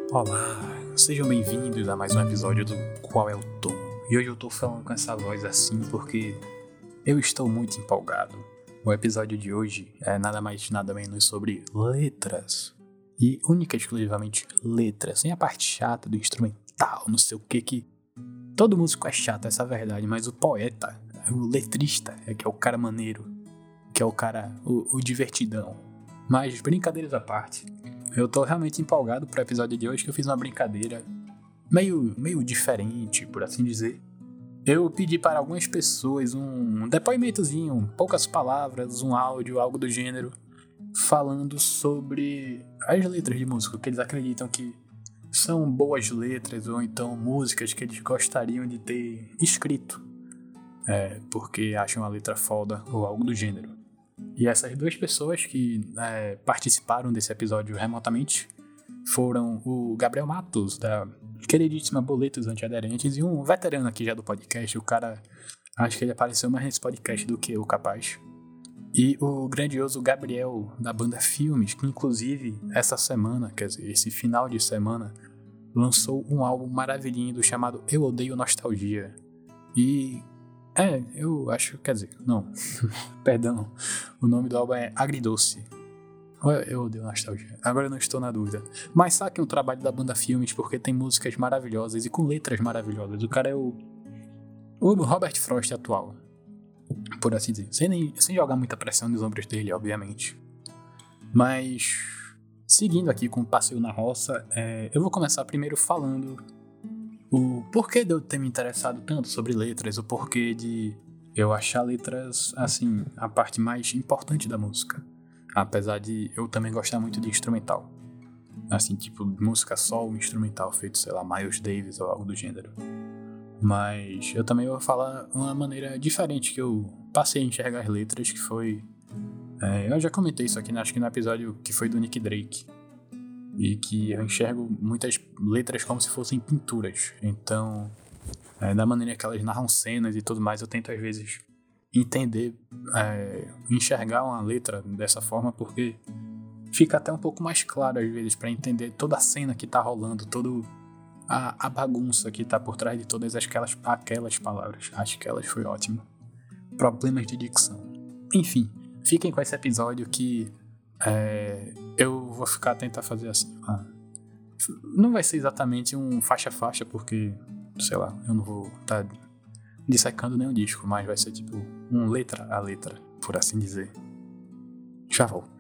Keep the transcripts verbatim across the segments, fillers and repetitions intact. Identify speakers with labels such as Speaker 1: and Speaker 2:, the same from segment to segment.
Speaker 1: Olá, sejam bem-vindos a mais um episódio do Qual é o Tom? E hoje eu tô falando com essa voz assim porque eu estou muito empolgado. O episódio de hoje é nada mais nada menos sobre letras. E única e exclusivamente letras, sem a parte chata do instrumental, não sei o que que... Todo músico é chato, essa é a verdade, mas o poeta, o letrista, é que é o cara maneiro, que é o cara, o, o divertidão. Mas brincadeiras à parte, eu tô realmente empolgado pro episódio de hoje, que eu fiz uma brincadeira meio, meio diferente, por assim dizer. Eu pedi para algumas pessoas um depoimentozinho, poucas palavras, um áudio, algo do gênero, falando sobre as letras de música, que eles acreditam que são boas letras, ou então músicas que eles gostariam de ter escrito, é, porque acham a letra foda, ou algo do gênero. E essas duas pessoas que é, participaram desse episódio remotamente foram o Gabriel Matos, da queridíssima Boletos Antiaderentes, e um veterano aqui já do podcast. O cara, acho que ele apareceu mais nesse podcast do que eu, capaz. E o grandioso Gabriel, da banda Filmes, que inclusive essa semana, quer dizer, esse final de semana, lançou um álbum maravilhoso chamado Eu Odeio Nostalgia. E... É, eu acho, quer dizer, não, perdão, o nome do álbum é Agridoce. Eu odeio nostalgia, agora eu não estou na dúvida. Mas saquem o trabalho da banda Filmes, porque tem músicas maravilhosas e com letras maravilhosas. O cara é o, o Robert Frost atual, por assim dizer, sem, nem, sem jogar muita pressão nos ombros dele, obviamente. Mas, seguindo aqui com o passeio na roça, é, eu vou começar primeiro falando o porquê de eu ter me interessado tanto sobre letras, o porquê de eu achar letras, assim, a parte mais importante da música. Apesar de eu também gostar muito de instrumental. Assim, tipo, música solo, instrumental, feito, sei lá, Miles Davis ou algo do gênero. Mas eu também vou falar uma maneira diferente que eu passei a enxergar as letras, que foi... É, eu já comentei isso aqui, acho que no episódio que foi do Nick Drake. E que eu enxergo muitas letras como se fossem pinturas. Então, é, da maneira que elas narram cenas e tudo mais, eu tento às vezes entender, é, enxergar uma letra dessa forma, porque fica até um pouco mais claro às vezes para entender toda a cena que tá rolando, toda a, a bagunça que tá por trás de todas aquelas, aquelas palavras. Acho que elas foi ótimo. Problemas de dicção. Enfim, fiquem com esse episódio que é, eu vou ficar a tentar fazer assim. Ah, não vai ser exatamente um faixa-faixa, porque, sei lá, eu não vou estar tá dissecando nenhum disco, mas vai ser tipo um letra a letra, por assim dizer. Já volto.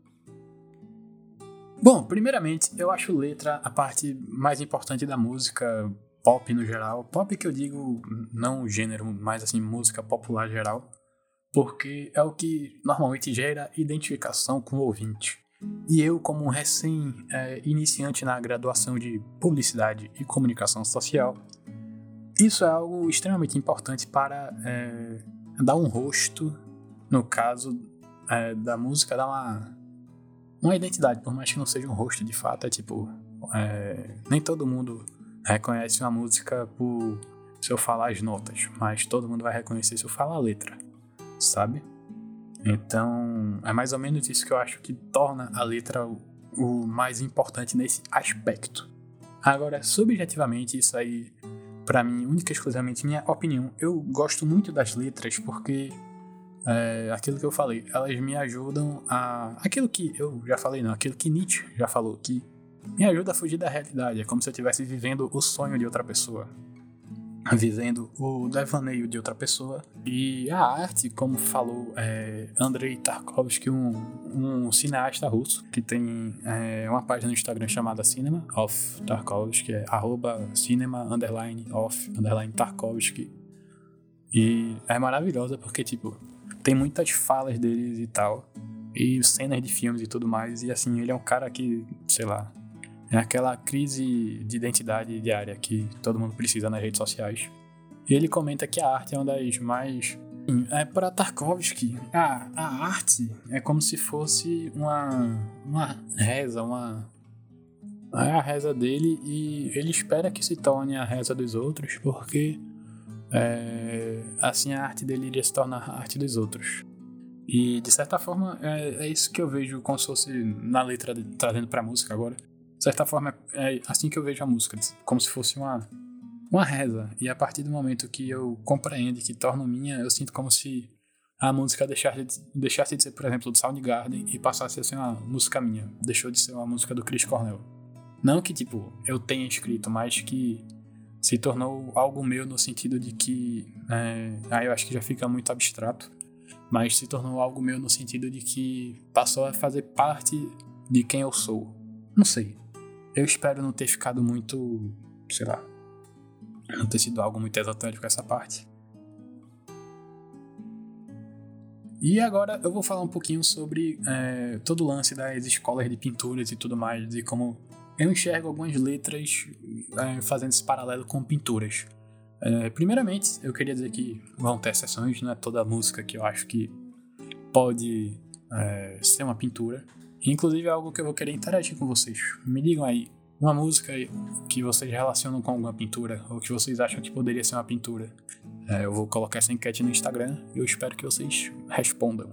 Speaker 1: Bom, primeiramente, eu acho letra a parte mais importante da música pop no geral. Pop que eu digo, não o gênero, mas assim, música popular geral. Porque é o que normalmente gera identificação com o ouvinte. E eu, como um recém-iniciante é, na graduação de Publicidade e Comunicação Social, isso é algo extremamente importante para é, dar um rosto, no caso é, da música, dar uma, uma identidade, por mais que não seja um rosto de fato. É tipo, é, nem todo mundo reconhece uma música por se eu falar as notas, mas todo mundo vai reconhecer se eu falar a letra, sabe? Então, é mais ou menos isso que eu acho que torna a letra o, o mais importante nesse aspecto. Agora, subjetivamente, isso aí, pra mim, única e exclusivamente minha opinião, eu gosto muito das letras porque, é, aquilo que eu falei, elas me ajudam a... Aquilo que eu já falei, não, aquilo que Nietzsche já falou, que me ajuda a fugir da realidade. É como se eu estivesse vivendo o sonho de outra pessoa, vivendo o devaneio de outra pessoa. E a arte, como falou é, Andrei Tarkovsky, um, um cineasta russo, que tem é, uma página no Instagram chamada Cinema of Tarkovsky, é arroba cinema underline of underline Tarkovsky. E é maravilhosa porque, tipo, tem muitas falas deles e tal, e cenas de filmes e tudo mais, e assim, ele é um cara que, sei lá, é aquela crise de identidade diária que todo mundo precisa nas redes sociais. E ele comenta que a arte é uma das mais... É, para Tarkovsky, a, a arte é como se fosse uma, uma reza, uma... É a reza dele, e ele espera que se torne a reza dos outros, porque é, assim a arte dele iria se tornar a arte dos outros. E de certa forma é, é isso que eu vejo como se fosse na letra de, trazendo pra música agora. De certa forma, é assim que eu vejo a música, como se fosse uma, uma reza. E a partir do momento que eu compreendo, que torno minha, eu sinto como se a música deixasse de, deixasse de ser, por exemplo, do Soundgarden e passasse a ser uma música minha. Deixou de ser uma música do Chris Cornell. Não que, tipo, eu tenha escrito, mas que se tornou algo meu no sentido de que... É, aí eu acho que já fica muito abstrato. Mas se tornou algo meu no sentido de que passou a fazer parte de quem eu sou. Não sei. Eu espero não ter ficado muito, sei lá, não ter sido algo muito esotérico essa parte. E agora eu vou falar um pouquinho sobre é, todo o lance das escolas de pinturas e tudo mais, e como eu enxergo algumas letras é, fazendo esse paralelo com pinturas. É, primeiramente, eu queria dizer que vão ter exceções, não é toda música que eu acho que pode é, ser uma pintura. Inclusive é algo que eu vou querer interagir com vocês. Me digam aí, uma música que vocês relacionam com alguma pintura, ou que vocês acham que poderia ser uma pintura. É, eu vou colocar essa enquete no Instagram e eu espero que vocês respondam.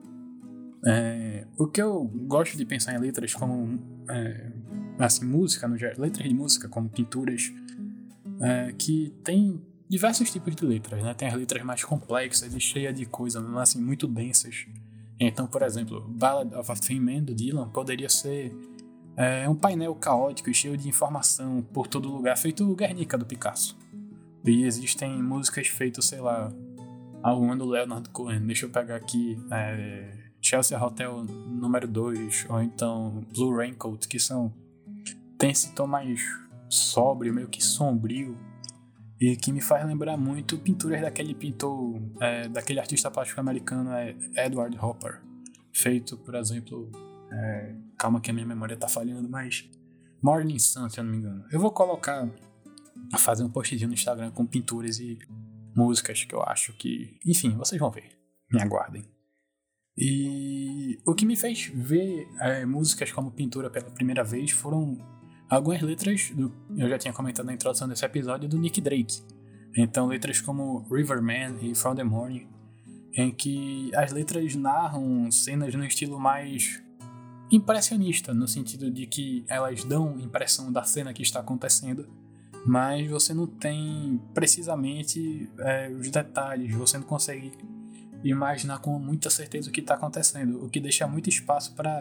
Speaker 1: É, o que eu gosto de pensar em letras como é, assim, música, no geral, letras de música como pinturas, é, que tem diversos tipos de letras, né? Tem as letras mais complexas e cheias de coisas, assim, muito densas. Então, por exemplo, Ballad of a Thin Man, do Dylan, poderia ser é, um painel caótico e cheio de informação por todo lugar, feito Guernica, do Picasso. E existem músicas feitas, sei lá, alguma do Leonard Cohen, deixa eu pegar aqui, é, Chelsea Hotel número dois, ou então Blue Raincoat, que são... tem esse tom mais sóbrio, meio que sombrio, e que me faz lembrar muito pinturas daquele pintor, é, daquele artista plástico americano, é, Edward Hopper, feito, por exemplo, é, calma que a minha memória tá falhando, mas Morning Sun, se eu não me engano. Eu vou colocar, fazer um postzinho no Instagram com pinturas e músicas que eu acho que, enfim, vocês vão ver, me aguardem. E o que me fez ver é, músicas como pintura pela primeira vez foram algumas letras, do, eu já tinha comentado na introdução desse episódio, do Nick Drake. Então, letras como Riverman e From the Morning, em que as letras narram cenas no estilo mais impressionista, no sentido de que elas dão impressão da cena que está acontecendo, mas você não tem precisamente é, os detalhes, você não consegue imaginar com muita certeza o que está acontecendo, o que deixa muito espaço para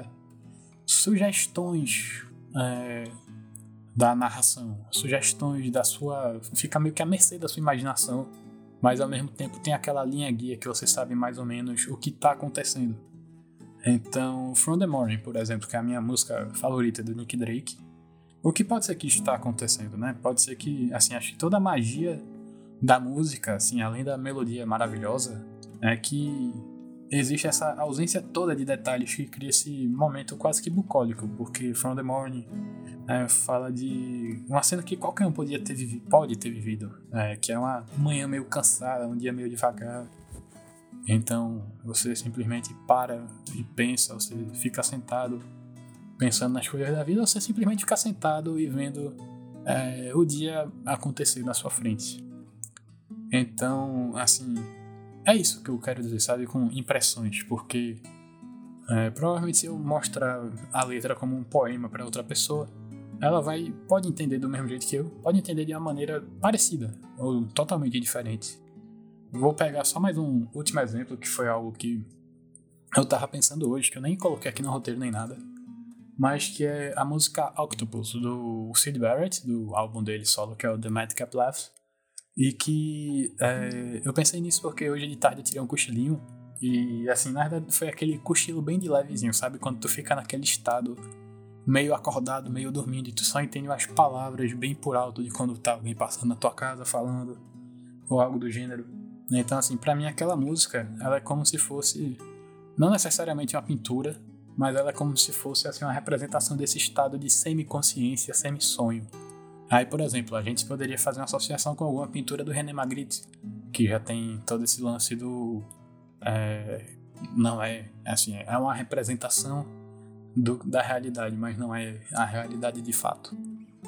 Speaker 1: sugestões é, da narração, sugestões da sua... fica meio que à mercê da sua imaginação, mas ao mesmo tempo tem aquela linha guia que você sabe mais ou menos o que está acontecendo. Então, From the Morning, por exemplo, que é a minha música favorita do Nick Drake, o que pode ser que está acontecendo, né? Pode ser que, assim, acho que toda a magia da música, assim, além da melodia maravilhosa, é que existe essa ausência toda de detalhes que cria esse momento quase que bucólico, porque From the Morning é, fala de uma cena que qualquer um podia ter vivi- pode ter vivido, é, que é uma manhã meio cansada, um dia meio devagar. Então você simplesmente para e pensa, você fica sentado pensando nas coisas da vida, ou você simplesmente fica sentado e vendo é, o dia acontecer na sua frente. Então, assim, é isso que eu quero dizer, sabe, com impressões, porque é, provavelmente se eu mostrar a letra como um poema para outra pessoa, ela vai, pode entender do mesmo jeito que eu, pode entender de uma maneira parecida ou totalmente diferente. Vou pegar só mais um último exemplo, que foi algo que eu tava pensando hoje, que eu nem coloquei aqui no roteiro nem nada, mas que é a música Octopus, do Syd Barrett, do álbum dele solo, que é o The Madcap Laughs, e que é, eu pensei nisso porque hoje de tarde eu tirei um cochilinho, e assim, na verdade foi aquele cochilo bem de levezinho, sabe? Quando tu fica naquele estado meio acordado, meio dormindo, e tu só entende as palavras bem por alto de quando tá alguém passando na tua casa falando, ou algo do gênero. Então, assim, pra mim aquela música, ela é como se fosse, não necessariamente uma pintura, mas ela é como se fosse assim, uma representação desse estado de semi-consciência, semi-sonho. Aí, por exemplo, a gente poderia fazer uma associação com alguma pintura do René Magritte, que já tem todo esse lance do... É, não é, assim, é uma representação do, da realidade, mas não é a realidade de fato.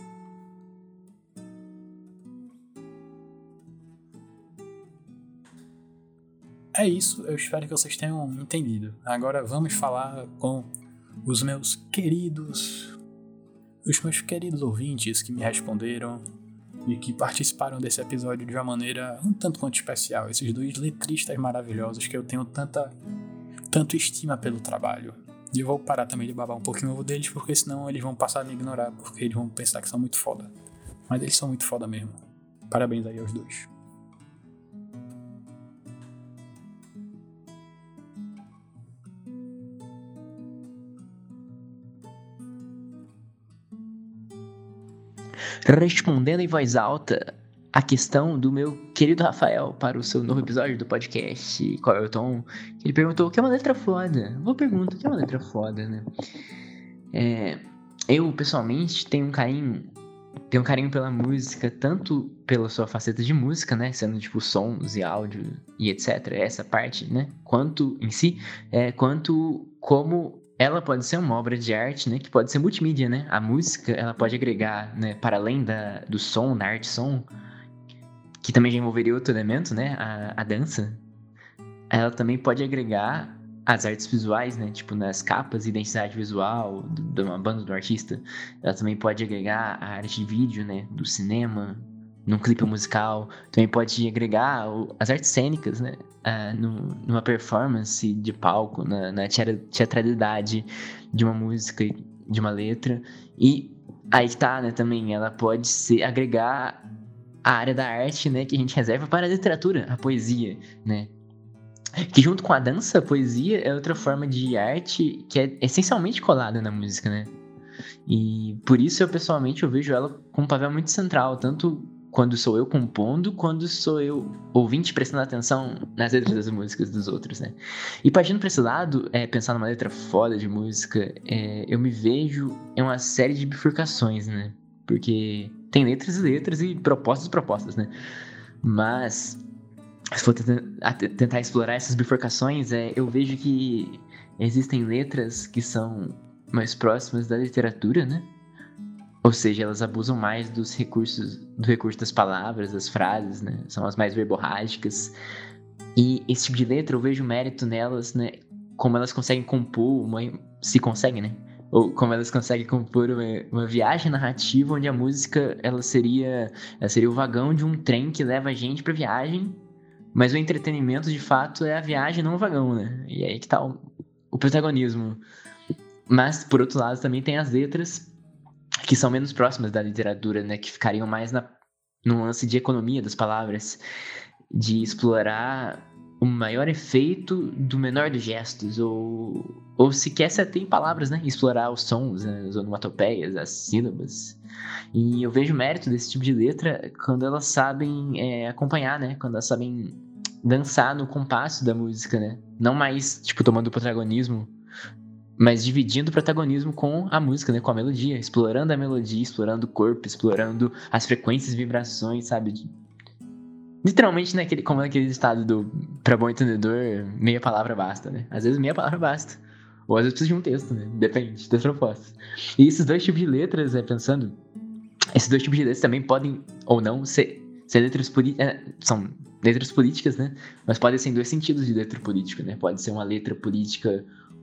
Speaker 1: É isso, eu espero que vocês tenham entendido. Agora vamos falar com os meus queridos os meus queridos ouvintes que me responderam e que participaram desse episódio de uma maneira um tanto quanto especial. Esses dois letristas maravilhosos que eu tenho tanta, tanto estima pelo trabalho. E eu vou parar também de babar um pouquinho o ovo deles, porque senão eles vão passar a me ignorar, porque eles vão pensar que são muito foda. Mas eles são muito foda mesmo. Parabéns aí aos dois.
Speaker 2: Respondendo em voz alta a questão do meu querido Rafael para o seu novo episódio do podcast Qual é o Tom? Ele perguntou o que é uma letra foda. Boa pergunta, o que é uma letra foda, né? É, eu, pessoalmente, tenho um carinho tenho um carinho pela música, tanto pela sua faceta de música, né? Sendo, tipo, sons e áudio e etcétera. Essa parte, né? Quanto em si, é, quanto como... ela pode ser uma obra de arte, né, que pode ser multimídia, né? A música, ela pode agregar, né, para além da, do som, da arte-som, que também já envolveria outro elemento, né, a, a dança, ela também pode agregar as artes visuais, né, tipo nas capas, identidade visual do, de uma banda, do artista. Ela também pode agregar a arte de vídeo, né, do cinema, num clipe musical. Também pode agregar o, as artes cênicas, né, uh, no, numa performance de palco, na, na teatralidade de uma música, de uma letra. E aí que tá, né, também, ela pode ser, agregar a área da arte, né, que a gente reserva para a literatura, a poesia, né. Que junto com a dança, a poesia é outra forma de arte que é essencialmente colada na música, né. E por isso eu, pessoalmente, eu vejo ela com um papel muito central, tanto quando sou eu compondo, quando sou eu ouvinte prestando atenção nas letras das músicas dos outros, né? E partindo pra esse lado, é, pensar numa letra foda de música, é, eu me vejo em uma série de bifurcações, né? Porque tem letras e letras e propostas e propostas, né? Mas, se for tentar, tentar explorar essas bifurcações, é, eu vejo que existem letras que são mais próximas da literatura, né? Ou seja, elas abusam mais dos recursos, do recurso das palavras, das frases, né? São as mais verborrágicas. E esse tipo de letra, eu vejo mérito nelas, né? Como elas conseguem compor uma... Se conseguem, né? Ou como elas conseguem compor uma, uma viagem narrativa onde a música, ela seria, ela seria o vagão de um trem que leva a gente pra viagem, mas o entretenimento, de fato, é a viagem, não o vagão, né? E aí que tá o, o protagonismo. Mas, por outro lado, também tem as letras que são menos próximas da literatura, né? Que ficariam mais na, no lance de economia das palavras, de explorar o maior efeito do menor dos gestos, ou, ou sequer se tem palavras, né? Explorar os sons, né? As onomatopeias, as sílabas. E eu vejo mérito desse tipo de letra quando elas sabem é, acompanhar, né? Quando elas sabem dançar no compasso da música, né? Não mais, tipo, tomando o protagonismo, mas dividindo o protagonismo com a música, né? Com a melodia, explorando a melodia, explorando o corpo, explorando as frequências e vibrações, sabe? Literalmente, né? Aquele, como naquele estado do pra bom entendedor, meia palavra basta, né? Às vezes meia palavra basta. Ou às vezes precisa de um texto, né? Depende das propostas. E esses dois tipos de letras, né? Pensando, esses dois tipos de letras também podem, ou não, ser, ser letras políticas. É, são letras políticas, né? Mas podem ser em dois sentidos de letra política, né? Pode ser uma letra política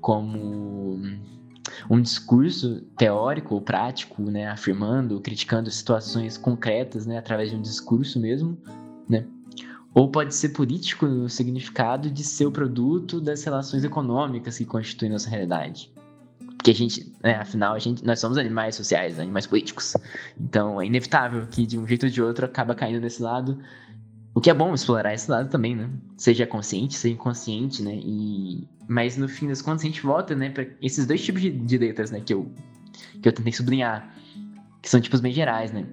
Speaker 2: como um discurso teórico ou prático, né, afirmando, criticando situações concretas, né, através de um discurso mesmo, né, ou pode ser político no significado de ser o produto das relações econômicas que constituem nossa realidade. Porque a gente, né, afinal, a gente, nós somos animais sociais, animais políticos, então é inevitável que de um jeito ou de outro acaba caindo nesse lado. O que é bom explorar esse lado também, né? Seja consciente, seja inconsciente, né? E... Mas no fim das contas a gente volta, né? Pra esses dois tipos de, de letras, né? Que eu, que eu tentei sublinhar. Que são tipos bem gerais, né?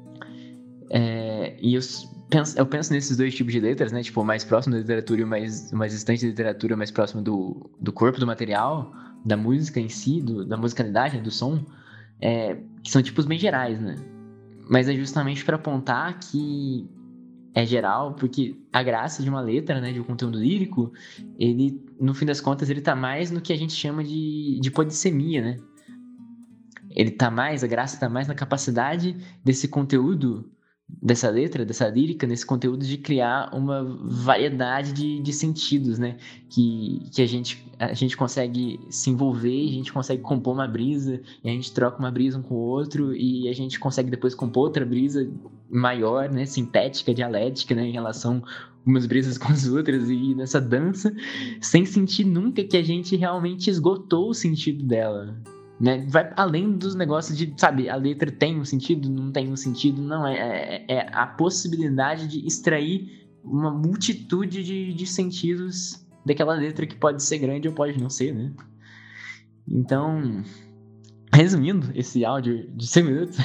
Speaker 2: É... E eu penso, eu penso nesses dois tipos de letras, né? Tipo, o mais próximo da literatura e o mais, o mais distante da literatura, mais próximo do, do corpo, do material, da música em si, do, da musicalidade, né? Do som. É... Que são tipos bem gerais, né? Mas é justamente para apontar que é geral, porque a graça de uma letra, né, de um conteúdo lírico, ele, no fim das contas, ele tá mais no que a gente chama de, de polissemia, né? Ele tá mais, a graça tá mais na capacidade desse conteúdo dessa letra, dessa lírica, nesse conteúdo de criar uma variedade de, de sentidos, né? Que, que a, gente, a gente consegue se envolver, a gente consegue compor uma brisa, e a gente troca uma brisa um com o outro, e a gente consegue depois compor outra brisa maior, né? Sintética, dialética, né? Em relação umas brisas com as outras, e nessa dança, sem sentir nunca que a gente realmente esgotou o sentido dela. Né? Vai além dos negócios de, sabe, a letra tem um sentido, não tem um sentido, não, é, é, é a possibilidade de extrair uma multitude de, de sentidos daquela letra que pode ser grande ou pode não ser, né? Então, resumindo esse áudio de cem minutos,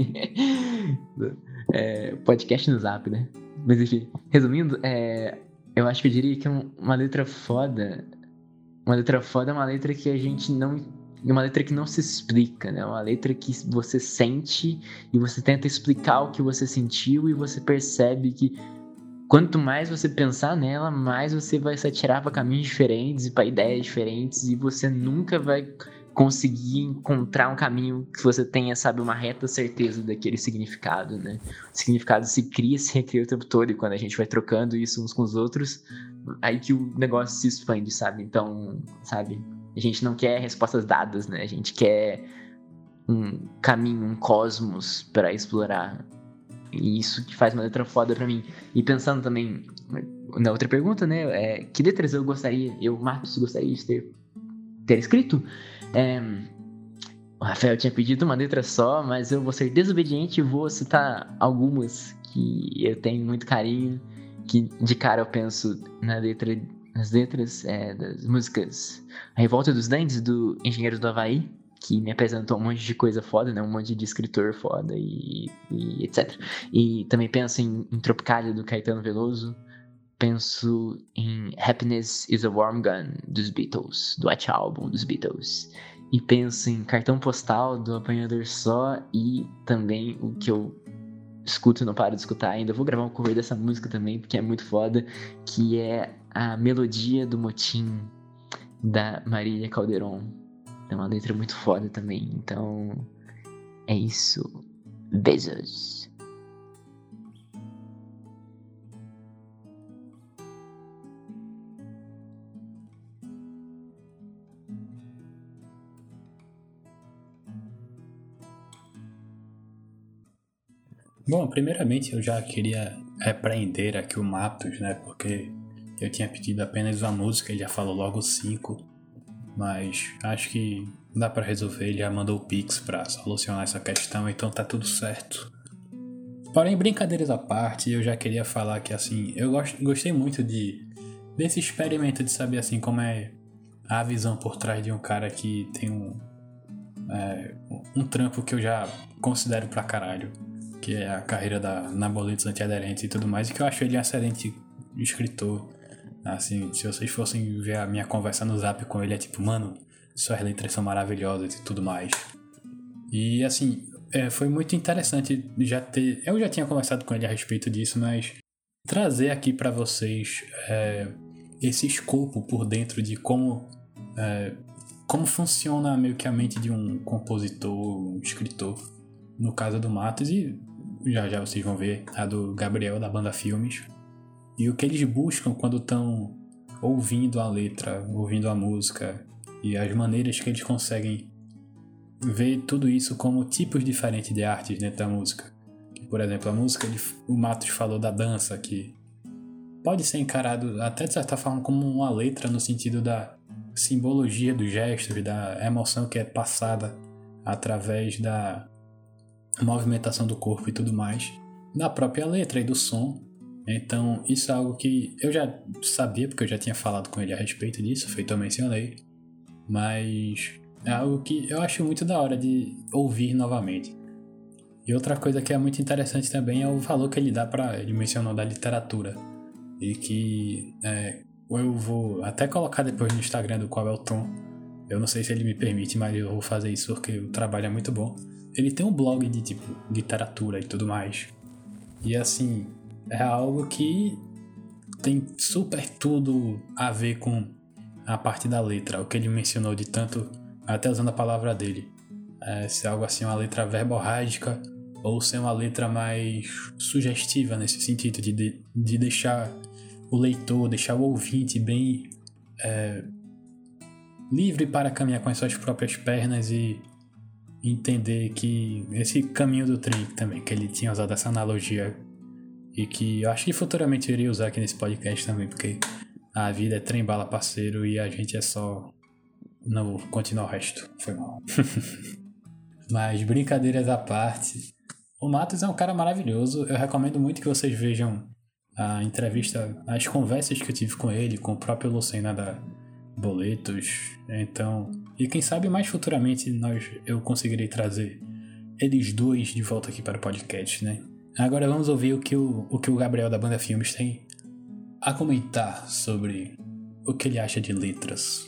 Speaker 2: é, podcast no Zap, né? Mas enfim, resumindo, é, eu acho que eu diria que uma letra foda, uma letra foda é uma letra que a gente não... É uma letra que não se explica, né? Uma letra que você sente e você tenta explicar o que você sentiu e você percebe que quanto mais você pensar nela, mais você vai se atirar para caminhos diferentes e para ideias diferentes e você nunca vai conseguir encontrar um caminho que você tenha, sabe, uma reta certeza daquele significado, né? O significado se cria, se recria o tempo todo e quando a gente vai trocando isso uns com os outros, aí que o negócio se expande, sabe? Então, sabe... A gente não quer respostas dadas, né? A gente quer um caminho, um cosmos para explorar. E isso que faz uma letra foda pra mim. E pensando também na outra pergunta, né? É, que letras eu gostaria, eu, Marcos, gostaria de ter, ter escrito? É, o Rafael tinha pedido uma letra só, mas eu vou ser desobediente e vou citar algumas que eu tenho muito carinho. Que de cara eu penso na letra... As letras é, das músicas A Revolta dos Dantes, do Engenheiros do Havaí, que me apresentou um monte de coisa foda, né? Um monte de escritor foda e, e etcétera. E também penso em, em Tropicália, do Caetano Veloso. Penso em Happiness is a Warm Gun, dos Beatles, do White Album dos Beatles. E penso em Cartão Postal, do Apanhador Só. E também o que eu escuto e não paro de escutar ainda. Eu vou gravar um cover dessa música também, porque é muito foda, que é a Melodia do Motim, da Marília Calderon. É uma letra muito foda também. Então, é isso. Beijos.
Speaker 1: Bom, primeiramente eu já queria repreender aqui o Matos, né? Porque eu tinha pedido apenas uma música, ele já falou logo cinco. Mas acho que dá pra resolver, ele já mandou o Pix pra solucionar essa questão, então tá tudo certo. Porém, brincadeiras à parte, eu já queria falar que, assim, eu gost, gostei muito de desse experimento de saber, assim, como é a visão por trás de um cara que tem um, é, um trampo que eu já considero pra caralho, que é a carreira da Naboletos Antiaderentes e tudo mais, e que eu acho ele um excelente escritor. Assim, se vocês fossem ver a minha conversa no Zap com ele, é tipo, mano, suas letras são maravilhosas e tudo mais. E assim, é, foi muito interessante já ter... Eu já tinha conversado com ele a respeito disso, mas trazer aqui pra vocês é, esse escopo por dentro de como, é, como funciona meio que a mente de um compositor, um escritor, no caso do Matos, e já já vocês vão ver a do Gabriel, da banda Filmes. E o que eles buscam quando estão ouvindo a letra, ouvindo a música, e as maneiras que eles conseguem ver tudo isso como tipos diferentes de artes dentro da música. Por exemplo, a música, ele, o Matos falou da dança, que pode ser encarado até de certa forma como uma letra no sentido da simbologia dos gestos, da emoção que é passada através da movimentação do corpo e tudo mais, da própria letra e do som. Então, isso é algo que eu já sabia, porque eu já tinha falado com ele a respeito disso, feito eu mencionei, mas é algo que eu acho muito da hora de ouvir novamente. E outra coisa que é muito interessante também é o valor que ele dá para, ele mencionou da literatura, e que é, eu vou até colocar depois no Instagram do Qual é o Tom, eu não sei se ele me permite, mas eu vou fazer isso porque o trabalho é muito bom. Ele tem um blog de tipo literatura e tudo mais, e assim... é algo que tem super tudo a ver com a parte da letra, o que ele mencionou de tanto, até usando a palavra dele, é, se é algo assim, uma letra verborrágica ou ser uma letra mais sugestiva nesse sentido de, de, de deixar o leitor, deixar o ouvinte bem é, livre para caminhar com as suas próprias pernas e entender que esse caminho do trem também, que ele tinha usado essa analogia e que eu acho que futuramente eu iria usar aqui nesse podcast também, porque a vida é trem bala parceiro e a gente é só não vou continuar o resto, foi mal. Mas brincadeiras à parte, o Matos é um cara maravilhoso, eu recomendo muito que vocês vejam a entrevista, as conversas que eu tive com ele, com o próprio Lucena da Boletos, então, e quem sabe mais futuramente nós, eu conseguirei trazer eles dois de volta aqui para o podcast, né? Agora vamos ouvir o que o, o que o Gabriel da Banda Filmes tem a comentar sobre o que ele acha de letras.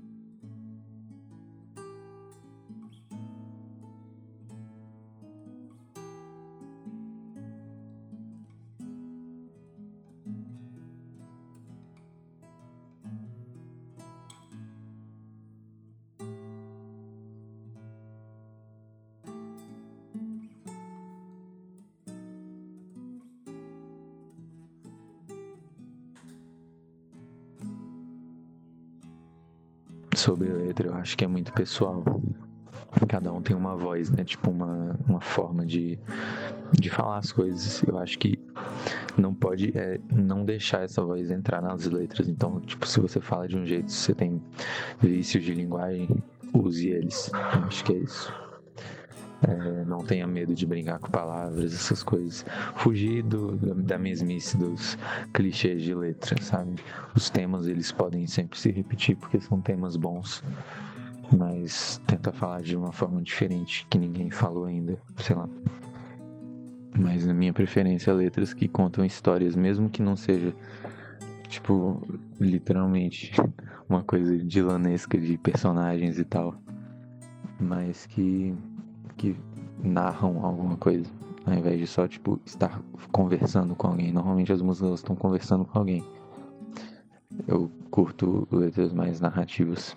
Speaker 3: Sobre letra, eu acho que é muito pessoal. Cada um tem uma voz, né? Tipo, uma, uma forma de, de falar as coisas. Eu acho que não pode é, não deixar essa voz entrar nas letras. Então, tipo, se você fala de um jeito, se você tem vícios de linguagem, use eles. Eu acho que é isso. É, não tenha medo de brincar com palavras, essas coisas. Fugir do, da mesmice dos clichês de letra, sabe? Os temas, eles podem sempre se repetir porque são temas bons, mas tenta falar de uma forma diferente que ninguém falou ainda, sei lá. Mas na minha preferência, letras que contam histórias, mesmo que não seja, tipo, literalmente uma coisa dilanesca de personagens e tal, mas que que narram alguma coisa, ao invés de só, tipo, estar conversando com alguém. Normalmente as músicas estão conversando com alguém. Eu curto letras mais narrativas.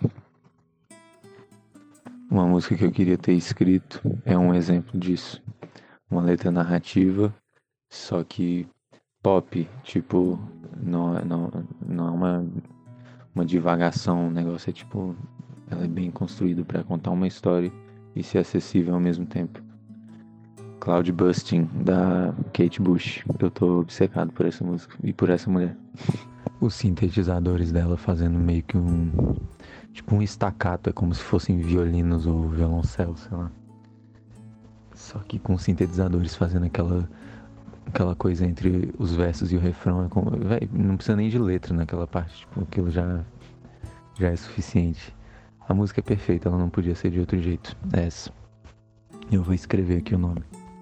Speaker 3: Uma música que eu queria ter escrito é um exemplo disso. Uma letra narrativa, só que pop, tipo, não, não, não é uma, uma divagação, o negócio é tipo, ela é bem construída para contar uma história e ser acessível ao mesmo tempo. Cloud Busting, da Kate Bush. Eu tô obcecado por essa música e por essa mulher. Os sintetizadores dela fazendo meio que um... tipo um staccato, é como se fossem violinos ou violoncelo, sei lá. Só que com sintetizadores fazendo aquela... aquela coisa entre os versos e o refrão. É como... Véi, não precisa nem de letra naquela parte. Tipo, aquilo já... já é suficiente. A música é perfeita, ela não podia ser de outro jeito. É essa. Eu vou escrever aqui o nome.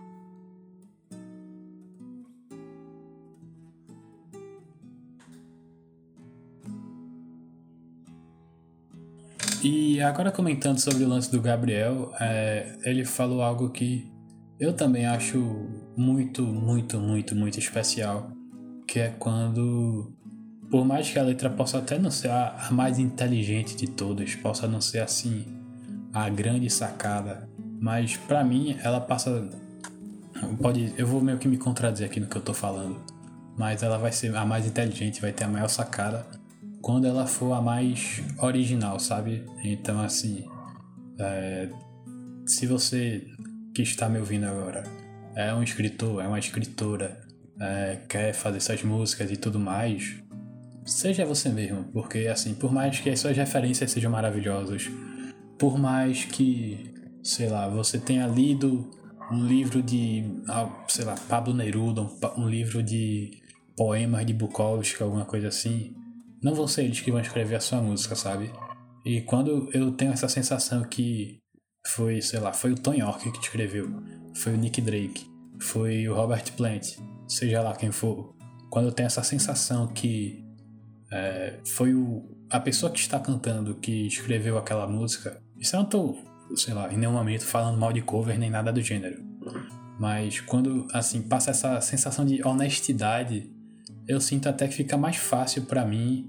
Speaker 1: E agora comentando sobre o lance do Gabriel, é, ele falou algo que eu também acho muito, muito, muito, muito especial, que é quando, por mais que a letra possa até não ser a, a mais inteligente de todas, possa não ser assim a grande sacada, mas pra mim ela passa, pode, eu vou meio que me contradizer aqui no que eu tô falando, mas ela vai ser a mais inteligente, vai ter a maior sacada quando ela for a mais original, sabe? Então, assim, é, se você que está me ouvindo agora é um escritor, é uma escritora, é, quer fazer essas músicas e tudo mais, seja você mesmo, porque, assim, por mais que as suas referências sejam maravilhosas, por mais que, sei lá, você tenha lido um livro de, sei lá, Pablo Neruda, um, um livro de poemas de Bukowski, alguma coisa assim, não vão ser eles que vão escrever a sua música, sabe? E quando eu tenho essa sensação que foi, sei lá, foi o Tom York que escreveu, foi o Nick Drake, foi o Robert Plant, seja lá quem for, quando eu tenho essa sensação que é, foi o, a pessoa que está cantando que escreveu aquela música, isso eu não tô, sei lá, em nenhum momento falando mal de cover nem nada do gênero, mas quando, assim, passa essa sensação de honestidade, eu sinto até que fica mais fácil pra mim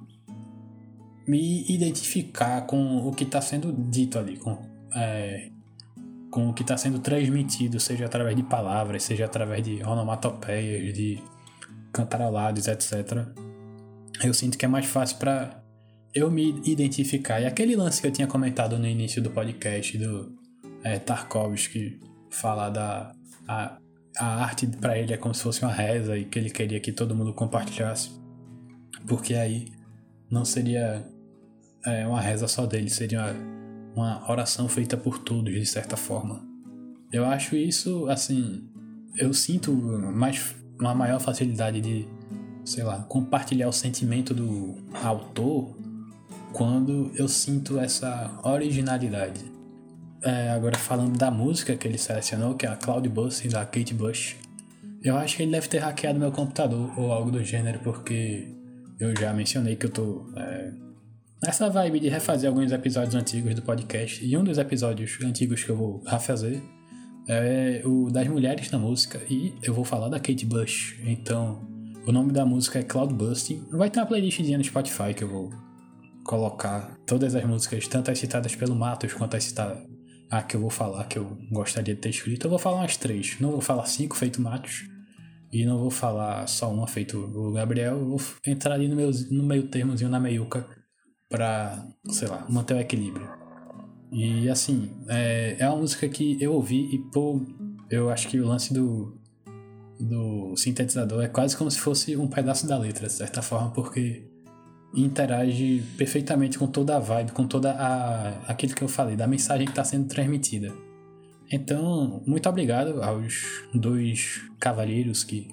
Speaker 1: me identificar com o que tá sendo dito ali, com, é, com o que está sendo transmitido, seja através de palavras, seja através de onomatopeias, de cantarolados, etcétera. Eu sinto que é mais fácil para eu me identificar. E aquele lance que eu tinha comentado no início do podcast do é, Tarkovsky, falar da a, a arte para ele é como se fosse uma reza e que ele queria que todo mundo compartilhasse, porque aí não seria é, uma reza só dele, seria uma, uma oração feita por todos, de certa forma. Eu acho isso, assim, eu sinto mais, uma maior facilidade de, sei lá, compartilhar o sentimento do autor quando eu sinto essa originalidade. É, agora, falando da música que ele selecionou, que é a Cloud Busting, da Kate Bush, eu acho que ele deve ter hackeado meu computador ou algo do gênero, porque eu já mencionei que eu tô é, nessa vibe de refazer alguns episódios antigos do podcast, e um dos episódios antigos que eu vou refazer é o das mulheres na música, e eu vou falar da Kate Bush. Então, o nome da música é Cloud Busting. Vai ter uma playlistzinha no Spotify que eu vou colocar todas as músicas, tanto as citadas pelo Matos quanto as citadas a que eu vou falar, que eu gostaria de ter escrito. Eu vou falar umas três, não vou falar cinco feito Matos, e não vou falar só uma feito o Gabriel. Eu vou entrar ali no, meu, no meio termozinho, na meiuca, pra, sei lá, manter o equilíbrio. E assim, é, é uma música que eu ouvi e, pô, eu acho que o lance do, do sintetizador é quase como se fosse um pedaço da letra, de certa forma, porque interage perfeitamente com toda a vibe, com toda a, aquilo que eu falei, da mensagem que está sendo transmitida. Então, muito obrigado aos dois cavalheiros que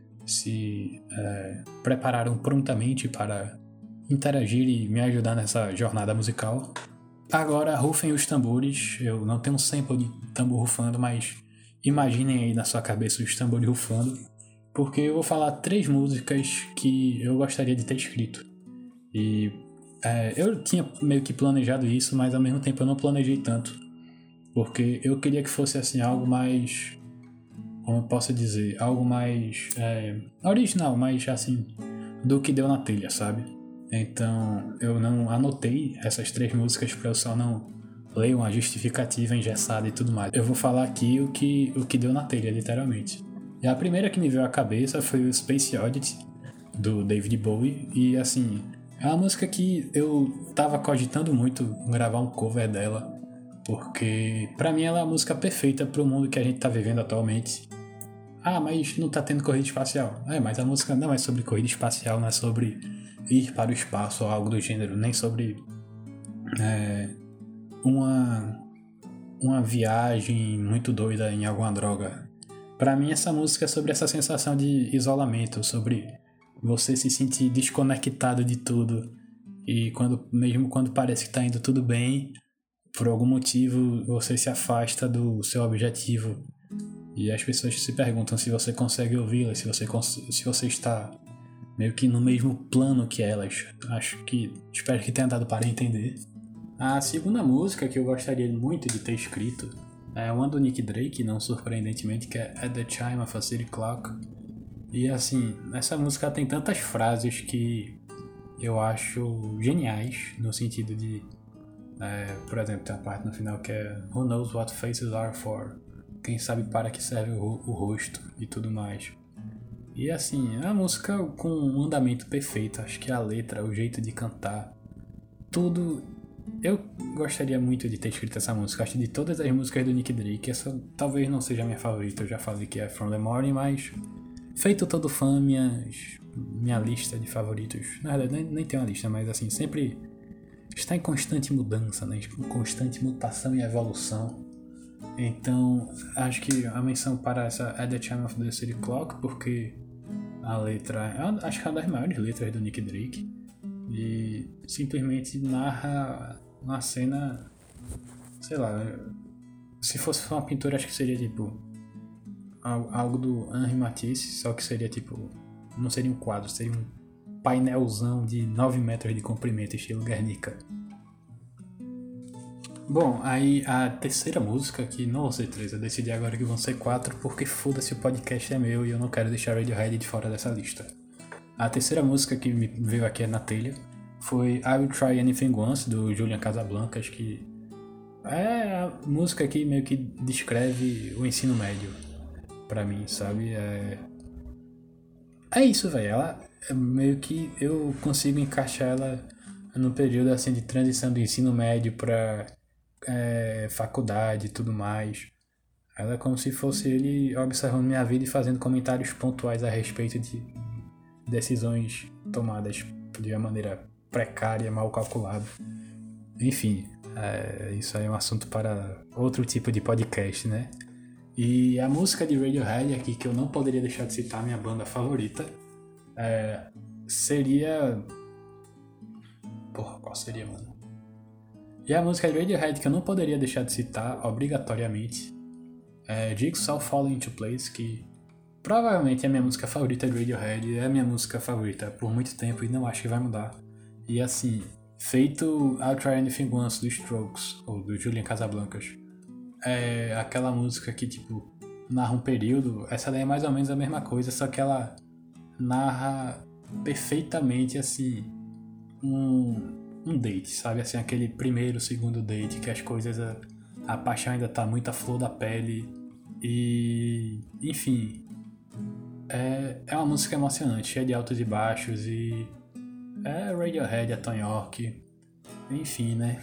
Speaker 1: se é, prepararam prontamente para interagir e me ajudar nessa jornada musical. Agora, rufem os tambores. Eu não tenho um sample de tambor rufando, mas imaginem aí na sua cabeça os tambores rufando, porque eu vou falar três músicas que eu gostaria de ter escrito. E é, eu tinha meio que planejado isso, mas ao mesmo tempo eu não planejei tanto, porque eu queria que fosse assim algo mais, como eu posso dizer, algo mais é, original, mais assim, do que deu na telha, sabe? Então eu não anotei essas três músicas para eu só não ler uma justificativa engessada e tudo mais. Eu vou falar aqui o que, o que deu na telha, literalmente. E a primeira que me veio à cabeça foi o Space Oddity, do David Bowie, e assim, é uma música que eu tava cogitando muito gravar um cover dela, porque pra mim ela é a música perfeita pro mundo que a gente tá vivendo atualmente. Ah, mas não tá tendo corrida espacial. É, mas a música não é sobre corrida espacial, não é sobre ir para o espaço ou algo do gênero, nem sobre é, uma, uma viagem muito doida em alguma droga. Pra mim essa música é sobre essa sensação de isolamento, sobre você se sentir desconectado de tudo, e quando, mesmo quando parece que tá indo tudo bem, por algum motivo você se afasta do seu objetivo, e as pessoas se perguntam se você consegue ouvi-la, se você, se você está meio que no mesmo plano que elas. Acho que, espero que tenha dado para entender. A segunda música que eu gostaria muito de ter escrito é uma do Nick Drake, não surpreendentemente, que é At the Chime of a City Clock. E assim, essa música tem tantas frases que eu acho geniais, no sentido de, é, por exemplo, tem a parte no final que é Who knows what faces are for? Quem sabe para que serve o, o rosto e tudo mais. E assim, é uma música com um andamento perfeito. Acho que a letra, o jeito de cantar, tudo. Eu gostaria muito de ter escrito essa música. Acho que de todas as músicas do Nick Drake, essa talvez não seja a minha favorita. Eu já falei que é From the Morning, mas feito todo fã, minha, minha lista de favoritos, na verdade nem, nem tem uma lista, mas assim, sempre está em constante mudança, né? Em constante mutação e evolução. Então, acho que a menção para essa At the Chime of the City Clock, porque a letra, acho que é uma das maiores letras do Nick Drake, e simplesmente narra uma cena, sei lá, se fosse uma pintura, acho que seria tipo algo do Henri Matisse, só que seria tipo, não seria um quadro, seria um painelzão de nove metros de comprimento, estilo Guernica. Bom, aí a terceira música, que não vão ser três, eu decidi agora que vão ser quatro, porque foda-se, o podcast é meu e eu não quero deixar Radiohead de fora dessa lista. A terceira música que me veio aqui na telha foi I Will Try Anything Once, do Julian Casablancas, que É a música que meio que descreve o ensino médio pra mim, sabe? É, é isso, velho. Ela é meio que eu consigo encaixar ela num período assim de transição do ensino médio pra é, faculdade e tudo mais. Ela é como se fosse ele observando minha vida e fazendo comentários pontuais a respeito de decisões tomadas de uma maneira precária, mal calculada. Enfim, é, isso aí é um assunto para outro tipo de podcast, né? E a música de Radiohead aqui, que eu não poderia deixar de citar, minha banda favorita, é, seria... Porra, qual seria, mano? E a música de Radiohead que eu não poderia deixar de citar, obrigatoriamente, é Jigsaw Falling into Place, que provavelmente é a minha música favorita de Radiohead, é a minha música favorita por muito tempo e não acho que vai mudar. E assim, feito I'll Try Anything Once dos Strokes, ou do Julian Casablancas, é aquela música que, tipo, narra um período. Essa daí é mais ou menos a mesma coisa, só que ela narra perfeitamente, assim, um, um date, sabe? Assim, aquele primeiro, segundo date, que as coisas, a, a paixão ainda tá muito à flor da pele. E, enfim, é, é uma música emocionante, cheia de altos e baixos, e é Radiohead, é Tom York, enfim, né?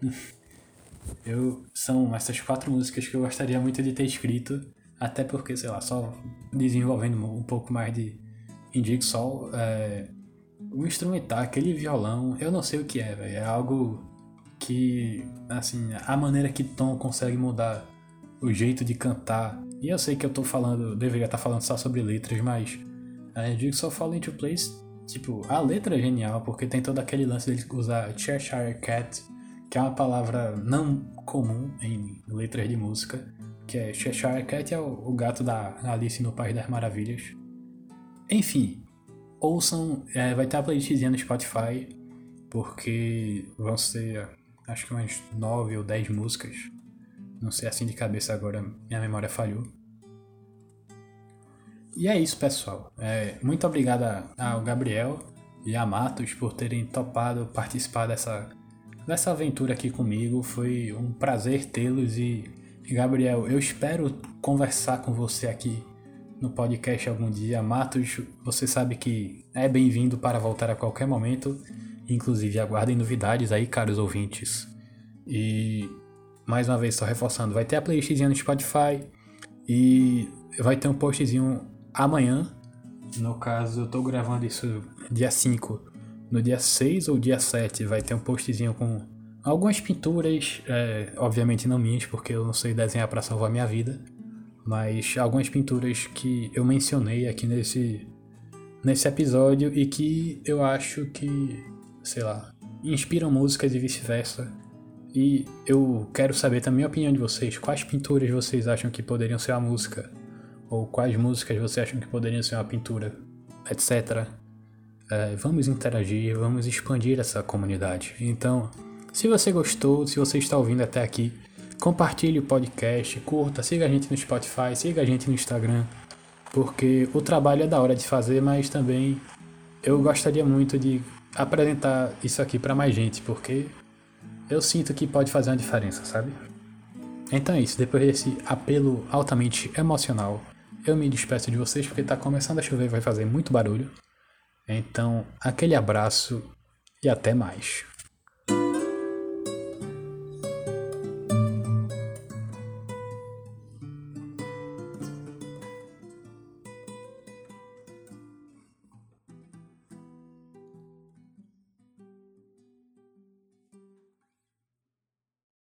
Speaker 1: Eu, são essas quatro músicas que eu gostaria muito de ter escrito, até porque, sei lá, só desenvolvendo um pouco mais de Jigsaw, é, o instrumental, aquele violão, eu não sei o que é, véio, é algo que, assim, a maneira que Tom consegue mudar o jeito de cantar, e eu sei que eu tô falando, deveria estar falando só sobre letras, mas é, Jigsaw Fall Into Place, tipo, a letra é genial, porque tem todo aquele lance dele usar Cheshire Cat, que é uma palavra não comum em letras de música, que é Cheshire Cat é o, o gato da Alice no País das Maravilhas. Enfim, ouçam, é, vai ter a playlistzinha no Spotify, porque vão ser, acho que umas nove ou dez músicas, não sei assim de cabeça agora, minha memória falhou. E é isso, pessoal. É, muito obrigado ao Gabriel e a Matos por terem topado participar dessa, dessa aventura aqui comigo. Foi um prazer tê-los e, Gabriel, eu espero conversar com você aqui no podcast algum dia. Matos, você sabe que é bem-vindo para voltar a qualquer momento. Inclusive, aguardem novidades aí, caros ouvintes. E, mais uma vez, só reforçando, vai ter a playlistzinha no Spotify e vai ter um postzinho amanhã. No caso, eu tô gravando isso dia cinco. No dia seis ou dia sete vai ter um postzinho com algumas pinturas, é, obviamente não minhas, porque eu não sei desenhar para salvar minha vida, mas algumas pinturas que eu mencionei aqui nesse, nesse episódio e que eu acho que, sei lá, inspiram músicas e vice-versa. E eu quero saber também a opinião de vocês. Quais pinturas vocês acham que poderiam ser uma música? Ou quais músicas vocês acham que poderiam ser uma pintura? Etc. É, vamos interagir, vamos expandir essa comunidade. Então, se você gostou, se você está ouvindo até aqui, compartilhe o podcast, curta, siga a gente no Spotify, siga a gente no Instagram, porque o trabalho é da hora de fazer, mas também eu gostaria muito de apresentar isso aqui para mais gente, porque eu sinto que pode fazer uma diferença, sabe? Então é isso, depois desse apelo altamente emocional, eu me despeço de vocês porque tá começando a chover e vai fazer muito barulho. Então, aquele abraço e até mais.